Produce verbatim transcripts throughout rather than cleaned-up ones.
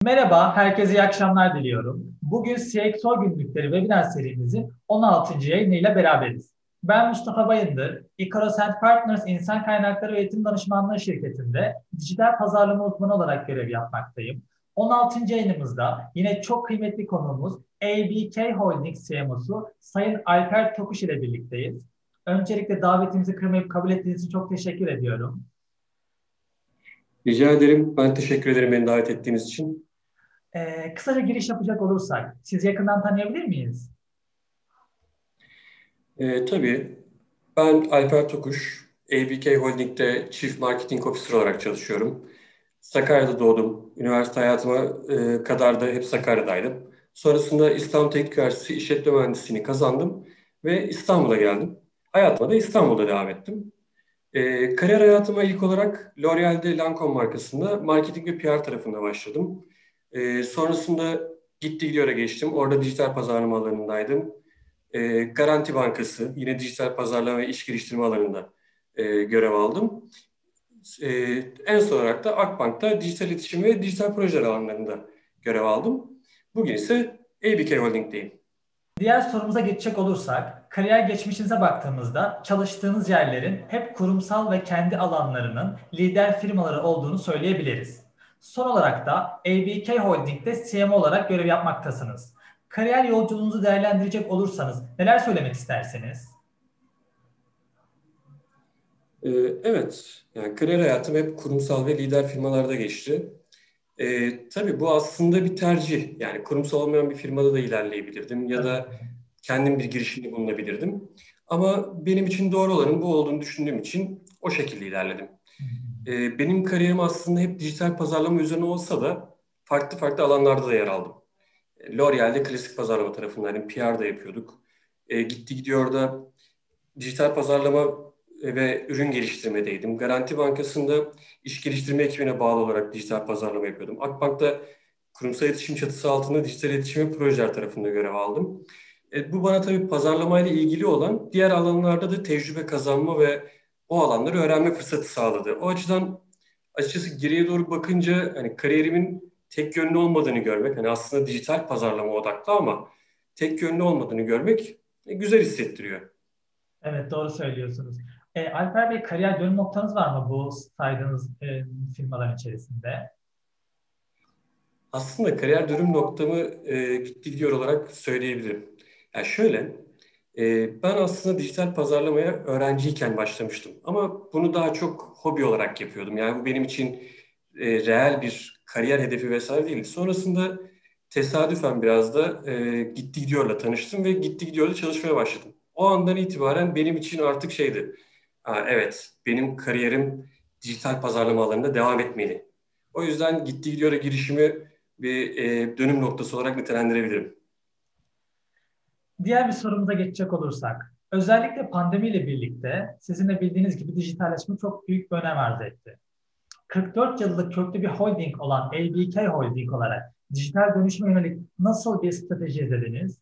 Merhaba, herkese iyi akşamlar diliyorum. Bugün C X O Günlükleri webinar serimizin on altıncı yayınıyla beraberiz. Ben Mustafa Bayındır, Icaros and Partners İnsan Kaynakları ve Eğitim Danışmanlığı şirketinde dijital pazarlama uzmanı olarak görev yapmaktayım. on altıncı yayınımızda yine çok kıymetli konuğumuz A B K Holding C M O'su Sayın Alper Tokuş ile birlikteyiz. Öncelikle davetimizi kırmayıp kabul ettiğiniz için çok teşekkür ediyorum. Rica ederim. Ben teşekkür ederim beni davet ettiğiniz için. Ee, kısaca giriş yapacak olursak, sizi yakından tanıyabilir miyiz? Ee, tabii. Ben Alper Tokuş. A B K Holding'de Chief Marketing Officer olarak çalışıyorum. Sakarya'da doğdum. Üniversite hayatıma e, kadar da hep Sakarya'daydım. Sonrasında İstanbul Teknik Üniversitesi İşletme Mühendisliğini kazandım ve İstanbul'a geldim. Hayatıma da İstanbul'da devam ettim. E, kariyer hayatıma ilk olarak L'Oréal'de Lancôme markasında marketing ve P R tarafında başladım. E, sonrasında Gitti Gidiyor'a geçtim. Orada dijital pazarlama alanındaydım. E, Garanti Bankası, yine dijital pazarlama ve iş geliştirme alanında e, görev aldım. E, En son olarak da Akbank'ta dijital iletişim ve dijital projeler alanlarında görev aldım. Bugün ise A B K Holding'deyim. Diğer sorumuza geçecek olursak, kariyer geçmişinize baktığımızda çalıştığınız yerlerin hep kurumsal ve kendi alanlarının lider firmaları olduğunu söyleyebiliriz. Son olarak da A B K Holding'de C M O olarak görev yapmaktasınız. Kariyer yolculuğunuzu değerlendirecek olursanız neler söylemek istersiniz? E, evet, yani kariyer hayatım hep kurumsal ve lider firmalarda geçti. E, tabii bu aslında bir tercih. Yani kurumsal olmayan bir firmada da ilerleyebilirdim ya Tabii. da kendim bir girişimde bulunabilirdim. Ama benim için doğru olanın bu olduğunu düşündüğüm için o şekilde ilerledim. Hı hı. E, benim kariyerim aslında hep dijital pazarlama üzerine olsa da farklı farklı alanlarda da yer aldım. E, L'Oréal'de klasik pazarlama tarafındaydım, P R da yapıyorduk. E, gitti gidiyor da dijital pazarlama ve ürün geliştirmedeydim. Garanti Bankası'nda iş geliştirme ekibine bağlı olarak dijital pazarlama yapıyordum. Akbank'ta kurumsal iletişim çatısı altında dijital iletişim ve projeler tarafında görev aldım. E, bu bana tabii pazarlamayla ilgili olan diğer alanlarda da tecrübe kazanma ve o alanları öğrenme fırsatı sağladı. O açıdan açıkçası geriye doğru bakınca hani kariyerimin tek yönlü olmadığını görmek, hani aslında dijital pazarlama odaklı ama tek yönlü olmadığını görmek e, güzel hissettiriyor. Evet, doğru söylüyorsunuz. E, Alper Bey, kariyer dönüm noktanız var mı bu saydığınız e, firmaların içerisinde? Aslında kariyer dönüm noktamı e, gitti gidiyor olarak söyleyebilirim. Yani şöyle, e, ben aslında dijital pazarlamaya öğrenciyken başlamıştım. Ama bunu daha çok hobi olarak yapıyordum. Yani bu benim için e, reel bir kariyer hedefi vesaire değildi. Sonrasında tesadüfen biraz da e, gitti gidiyorla tanıştım ve gitti gidiyorla çalışmaya başladım. O andan itibaren benim için artık şeydi. Ha, evet, benim kariyerim dijital pazarlama alanında devam etmeli. O yüzden gitti gidiyor'a girişimi bir e, dönüm noktası olarak nitelendirebilirim. Diğer bir sorumuza geçecek olursak, özellikle pandemiyle birlikte sizin de bildiğiniz gibi dijitalleşme çok büyük bir önem arz etti. kırk dört yıllık köklü bir holding olan A B K Holding olarak dijital dönüşüme yönelik nasıl bir strateji izlediniz?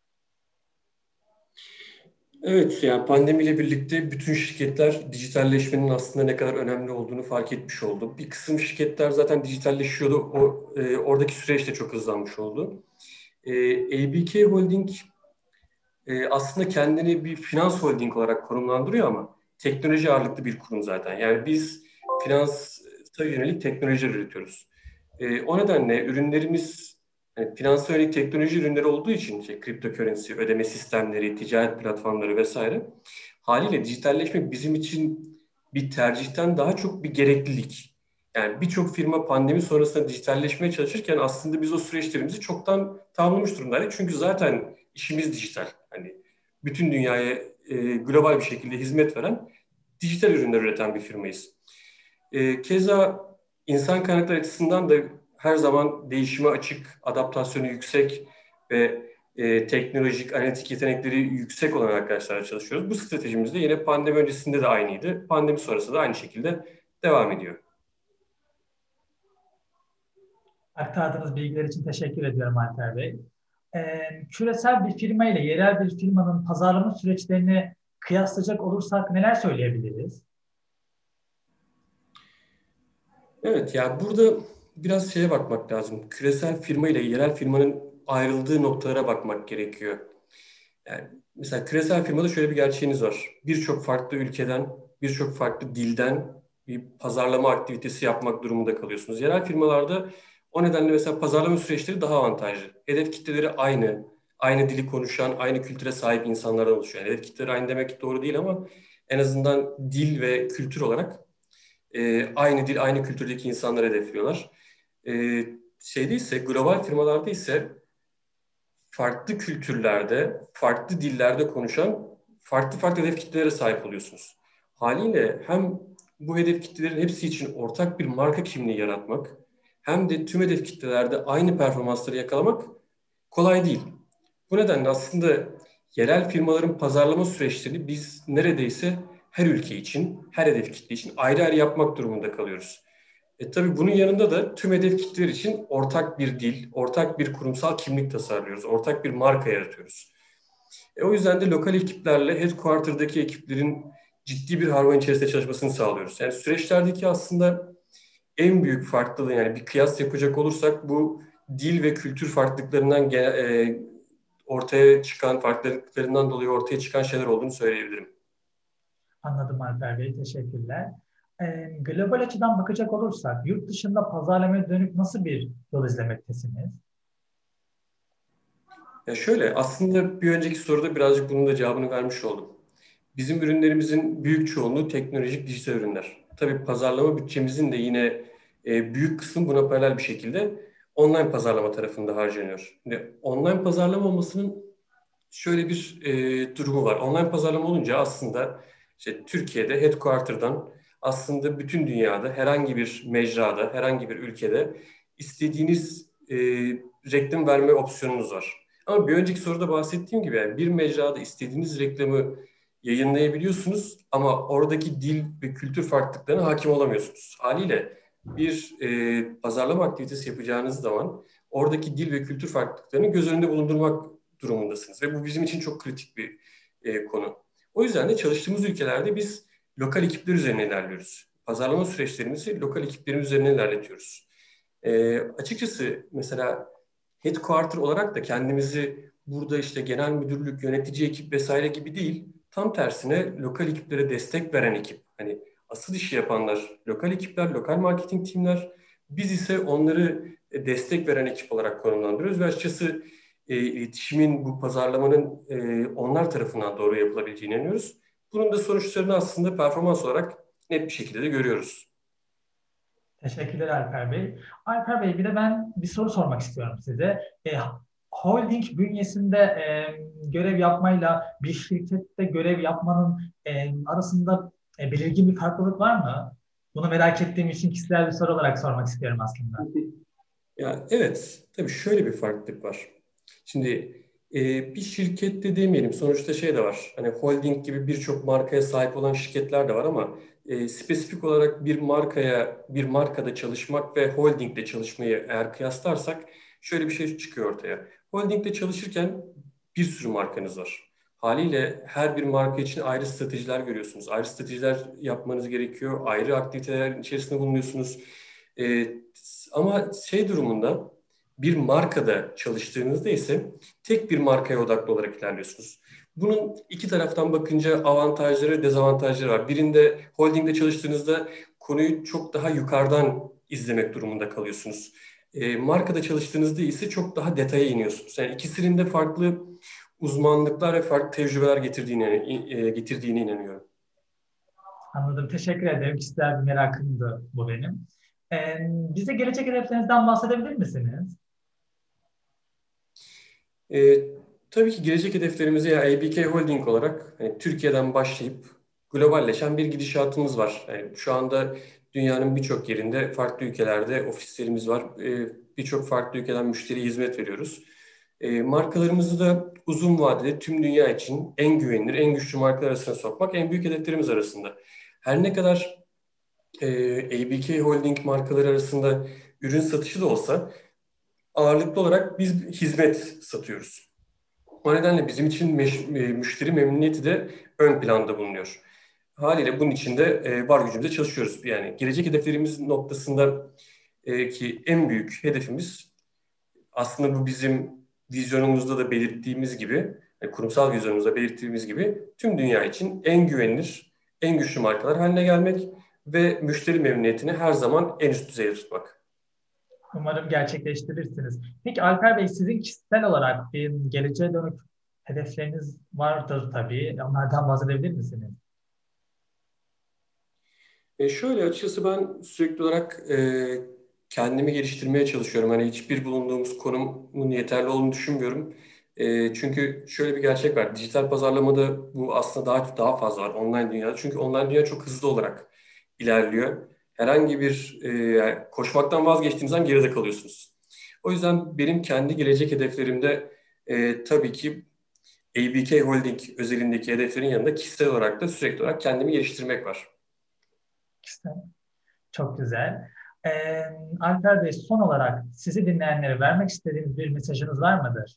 Evet, yani pandemiyle birlikte bütün şirketler dijitalleşmenin aslında ne kadar önemli olduğunu fark etmiş oldu. Bir kısım şirketler zaten dijitalleşiyordu. O e, oradaki süreç de çok hızlanmış oldu. E, A B K Holding e, aslında kendini bir finans holding olarak konumlandırıyor ama teknoloji ağırlıklı bir kurum zaten. Yani biz finansa yönelik teknolojiler üretiyoruz. E, o nedenle ürünlerimiz yani finansal yönelik teknoloji ürünleri olduğu için işte cryptocurrency, ödeme sistemleri, ticaret platformları vesaire haliyle dijitalleşmek bizim için bir tercihten daha çok bir gereklilik. Yani birçok firma pandemi sonrasında dijitalleşmeye çalışırken aslında biz o süreçlerimizi çoktan tamamlamış durumdaydık. Çünkü zaten işimiz dijital. Hani bütün dünyaya e, global bir şekilde hizmet veren dijital ürünler üreten bir firmayız. E, keza insan kaynakları açısından da her zaman değişime açık, adaptasyonu yüksek ve e, teknolojik, analitik yetenekleri yüksek olan arkadaşlarla çalışıyoruz. Bu stratejimiz de yine pandemi öncesinde de aynıydı. Pandemi sonrası da aynı şekilde devam ediyor. Aktardığınız bilgiler için teşekkür ediyorum Alper Bey. Ee, küresel bir firma ile yerel bir firmanın pazarlama süreçlerini kıyaslayacak olursak neler söyleyebiliriz? Evet, yani burada biraz şeye bakmak lazım. Küresel firma ile yerel firmanın ayrıldığı noktalara bakmak gerekiyor. Yani mesela küresel firmada şöyle bir gerçeğiniz var. Birçok farklı ülkeden, birçok farklı dilden bir pazarlama aktivitesi yapmak durumunda kalıyorsunuz. Yerel firmalarda o nedenle mesela pazarlama süreçleri daha avantajlı. Hedef kitleleri aynı, aynı dili konuşan, aynı kültüre sahip insanlardan oluşuyor. Yani hedef kitleleri aynı demek doğru değil ama en azından dil ve kültür olarak e, aynı dil, aynı kültürdeki insanları hedefliyorlar. E, şeyde ise, global firmalarda ise farklı kültürlerde, farklı dillerde konuşan farklı farklı hedef kitlelere sahip oluyorsunuz. Haliyle hem bu hedef kitlelerin hepsi için ortak bir marka kimliği yaratmak, hem de tüm hedef kitlelerde aynı performansları yakalamak kolay değil. Bu nedenle aslında yerel firmaların pazarlama süreçlerini biz neredeyse her ülke için, her hedef kitle için ayrı ayrı yapmak durumunda kalıyoruz. E tabii bunun yanında da tüm hedef kitleler için ortak bir dil, ortak bir kurumsal kimlik tasarlıyoruz, ortak bir marka yaratıyoruz. E o yüzden de lokal ekiplerle headquarter'daki ekiplerin ciddi bir harman içerisinde çalışmasını sağlıyoruz. Yani süreçlerdeki aslında en büyük farklılığı, yani bir kıyas yapacak olursak, bu dil ve kültür farklılıklarından e, ortaya çıkan, farklılıklarından dolayı ortaya çıkan şeyler olduğunu söyleyebilirim. Anladım Alper Bey, teşekkürler. Ee, global açıdan bakacak olursak, yurt dışında pazarlamaya dönük nasıl bir yol izlemektesiniz? Ya şöyle, aslında bir önceki soruda birazcık bunun da cevabını vermiş oldum. Bizim ürünlerimizin büyük çoğunluğu teknolojik dijital ürünler. Tabii pazarlama bütçemizin de yine e, büyük kısmı buna paralel bir şekilde online pazarlama tarafında harcanıyor. Şimdi online pazarlama olmasının şöyle bir e, durumu var. Online pazarlama olunca aslında işte Türkiye'de headquarter'dan aslında bütün dünyada herhangi bir mecrada, herhangi bir ülkede istediğiniz e, reklam verme opsiyonunuz var. Ama bir önceki soruda bahsettiğim gibi yani bir mecrada istediğiniz reklamı yayınlayabiliyorsunuz ama oradaki dil ve kültür farklılıklarına hakim olamıyorsunuz. Haliyle bir e, pazarlama aktivitesi yapacağınız zaman oradaki dil ve kültür farklılıklarını göz önünde bulundurmak durumundasınız. Ve bu bizim için çok kritik bir e, konu. O yüzden de çalıştığımız ülkelerde biz lokal ekipler üzerine ilerliyoruz. Pazarlama süreçlerimizi lokal ekiplerin üzerine ilerletiyoruz. E, açıkçası mesela headquarter olarak da kendimizi burada işte genel müdürlük, yönetici ekip vesaire gibi değil, tam tersine lokal ekiplere destek veren ekip. Hani asıl işi yapanlar lokal ekipler, lokal marketing timler. Biz ise onları destek veren ekip olarak konumlandırıyoruz ve açıkçası e, iletişimin, bu pazarlamanın e, onlar tarafından doğru yapılabileceğine inanıyoruz. Bunun da sonuçlarını aslında performans olarak net bir şekilde de görüyoruz. Teşekkürler Alper Bey. Alper Bey, bir de ben bir soru sormak istiyorum size. E, holding bünyesinde e, görev yapmayla bir şirkette görev yapmanın e, arasında e, belirgin bir farklılık var mı? Bunu merak ettiğim için kişisel bir soru olarak sormak istiyorum aslında. Ya evet, tabii şöyle bir farklılık var. Şimdi e, bir şirkette demeyelim, sonuçta şey de var. Hani holding gibi birçok markaya sahip olan şirketler de var ama e, spesifik olarak bir markaya, bir markada çalışmak ve holdingde çalışmayı eğer kıyaslarsak şöyle bir şey çıkıyor ortaya. Holdingde çalışırken bir sürü markanız var. Haliyle her bir marka için ayrı stratejiler görüyorsunuz. Ayrı stratejiler yapmanız gerekiyor. Ayrı aktiviteler içerisinde bulunuyorsunuz. E, ama şey durumunda bir markada çalıştığınızda ise tek bir markaya odaklı olarak ilerliyorsunuz. Bunun iki taraftan bakınca avantajları, dezavantajları var. Birinde holdingde çalıştığınızda konuyu çok daha yukarıdan izlemek durumunda kalıyorsunuz. E, markada çalıştığınızda ise çok daha detaya iniyorsunuz. Yani ikisinin de farklı uzmanlıklar ve farklı tecrübeler getirdiğine, e, getirdiğine inanıyorum. Anladım. Teşekkür ederim. Kişisel bir merakımdı bu benim. E, bize gelecek hedeflerinizden bahsedebilir misiniz? E, tabii ki gelecek hedeflerimizi ya A B K Holding olarak hani Türkiye'den başlayıp globalleşen bir gidişatımız var. Yani şu anda dünyanın birçok yerinde, farklı ülkelerde ofislerimiz var. E, birçok farklı ülkeden müşteriye hizmet veriyoruz. E, markalarımızı da uzun vadede tüm dünya için en güvenilir, en güçlü markalar arasına sokmak en büyük hedeflerimiz arasında. Her ne kadar e, A B K Holding markaları arasında ürün satışı da olsa ağırlıklı olarak biz hizmet satıyoruz. O nedenle bizim için meş- e, müşteri memnuniyeti de ön planda bulunuyor. Haliyle bunun için de e, var gücümüzle çalışıyoruz. Yani gelecek hedeflerimiz noktasında e, ki en büyük hedefimiz aslında bu bizim vizyonumuzda da belirttiğimiz gibi, e, kurumsal vizyonumuzda belirttiğimiz gibi tüm dünya için en güvenilir, en güçlü markalar haline gelmek ve müşteri memnuniyetini her zaman en üst düzeyde tutmak. Umarım gerçekleştirirsiniz. Peki Alper Bey, sizin kişisel olarak bir geleceğe dönük hedefleriniz vardır tabii. Onlardan bahsedebilir misiniz? E şöyle açıkçası ben sürekli olarak e, kendimi geliştirmeye çalışıyorum. Hani hiçbir bulunduğumuz konumun yeterli olduğunu düşünmüyorum. E, çünkü şöyle bir gerçek var. Dijital pazarlamada bu aslında daha daha fazla var online dünyada. Çünkü online dünya çok hızlı olarak ilerliyor. Herhangi bir e, yani koşmaktan vazgeçtiğiniz zaman geride kalıyorsunuz. O yüzden benim kendi gelecek hedeflerimde e, tabii ki A B K Holding özelindeki hedeflerin yanında kişisel olarak da sürekli olarak kendimi geliştirmek var. İşte çok güzel. Ee, Alper Bey, son olarak sizi dinleyenlere vermek istediğiniz bir mesajınız var mıdır?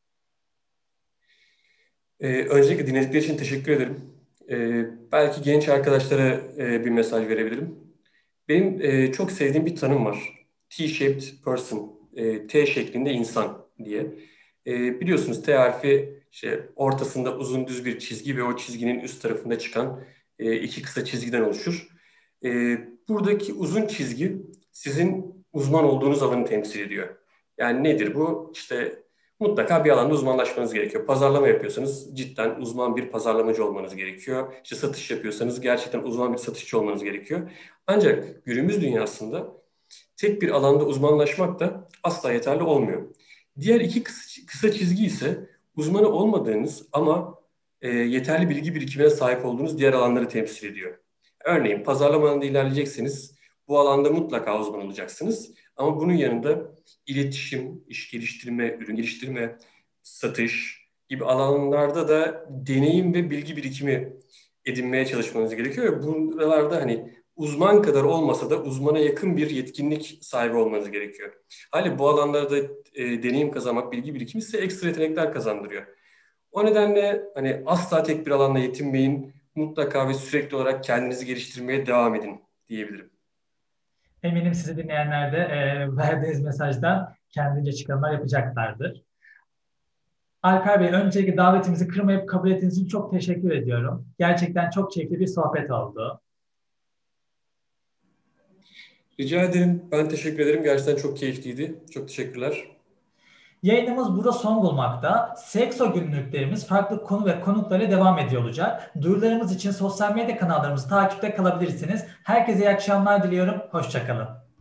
Ee, öncelikle dinledikleri için teşekkür ederim. Ee, belki genç arkadaşlara e, bir mesaj verebilirim. Benim e, çok sevdiğim bir tanım var. T-shaped person, e, T şeklinde insan diye. E, biliyorsunuz T harfi işte ortasında uzun düz bir çizgi ve o çizginin üst tarafında çıkan e, iki kısa çizgiden oluşur. E, buradaki uzun çizgi sizin uzman olduğunuz alanı temsil ediyor. Yani nedir bu? İşte mutlaka bir alanda uzmanlaşmanız gerekiyor. Pazarlama yapıyorsanız cidden uzman bir pazarlamacı olmanız gerekiyor. İşte satış yapıyorsanız gerçekten uzman bir satışçı olmanız gerekiyor. Ancak günümüz dünyasında tek bir alanda uzmanlaşmak da asla yeterli olmuyor. Diğer iki kısa, kısa çizgi ise uzmanı olmadığınız ama e, yeterli bilgi birikimine sahip olduğunuz diğer alanları temsil ediyor. Örneğin pazarlama alanında ilerleyecekseniz bu alanda mutlaka uzman olacaksınız. Ama bunun yanında iletişim, iş geliştirme, ürün geliştirme, satış gibi alanlarda da deneyim ve bilgi birikimi edinmeye çalışmanız gerekiyor. Ve buralarda hani uzman kadar olmasa da uzmana yakın bir yetkinlik sahibi olmanız gerekiyor. Hali bu alanlarda e, deneyim kazanmak, bilgi birikimi size ekstra yetenekler kazandırıyor. O nedenle hani asla tek bir alanla yetinmeyin. Mutlaka ve sürekli olarak kendinizi geliştirmeye devam edin diyebilirim. Eminim sizi dinleyenler de e, verdiğiniz mesajdan kendince çıkarımlar yapacaklardır. Alper Bey, öncelikle davetimizi kırmayıp kabul ettiğiniz için çok teşekkür ediyorum. Gerçekten çok keyifli bir sohbet oldu. Rica ederim. Ben teşekkür ederim. Gerçekten çok keyifliydi. Çok teşekkürler. Yayınımız burada son bulmakta. Sekso günlüklerimiz farklı konu ve konuklarla devam ediyor olacak. Duyurularımız için sosyal medya kanallarımızı takipte kalabilirsiniz. Herkese iyi akşamlar diliyorum. Hoşça kalın.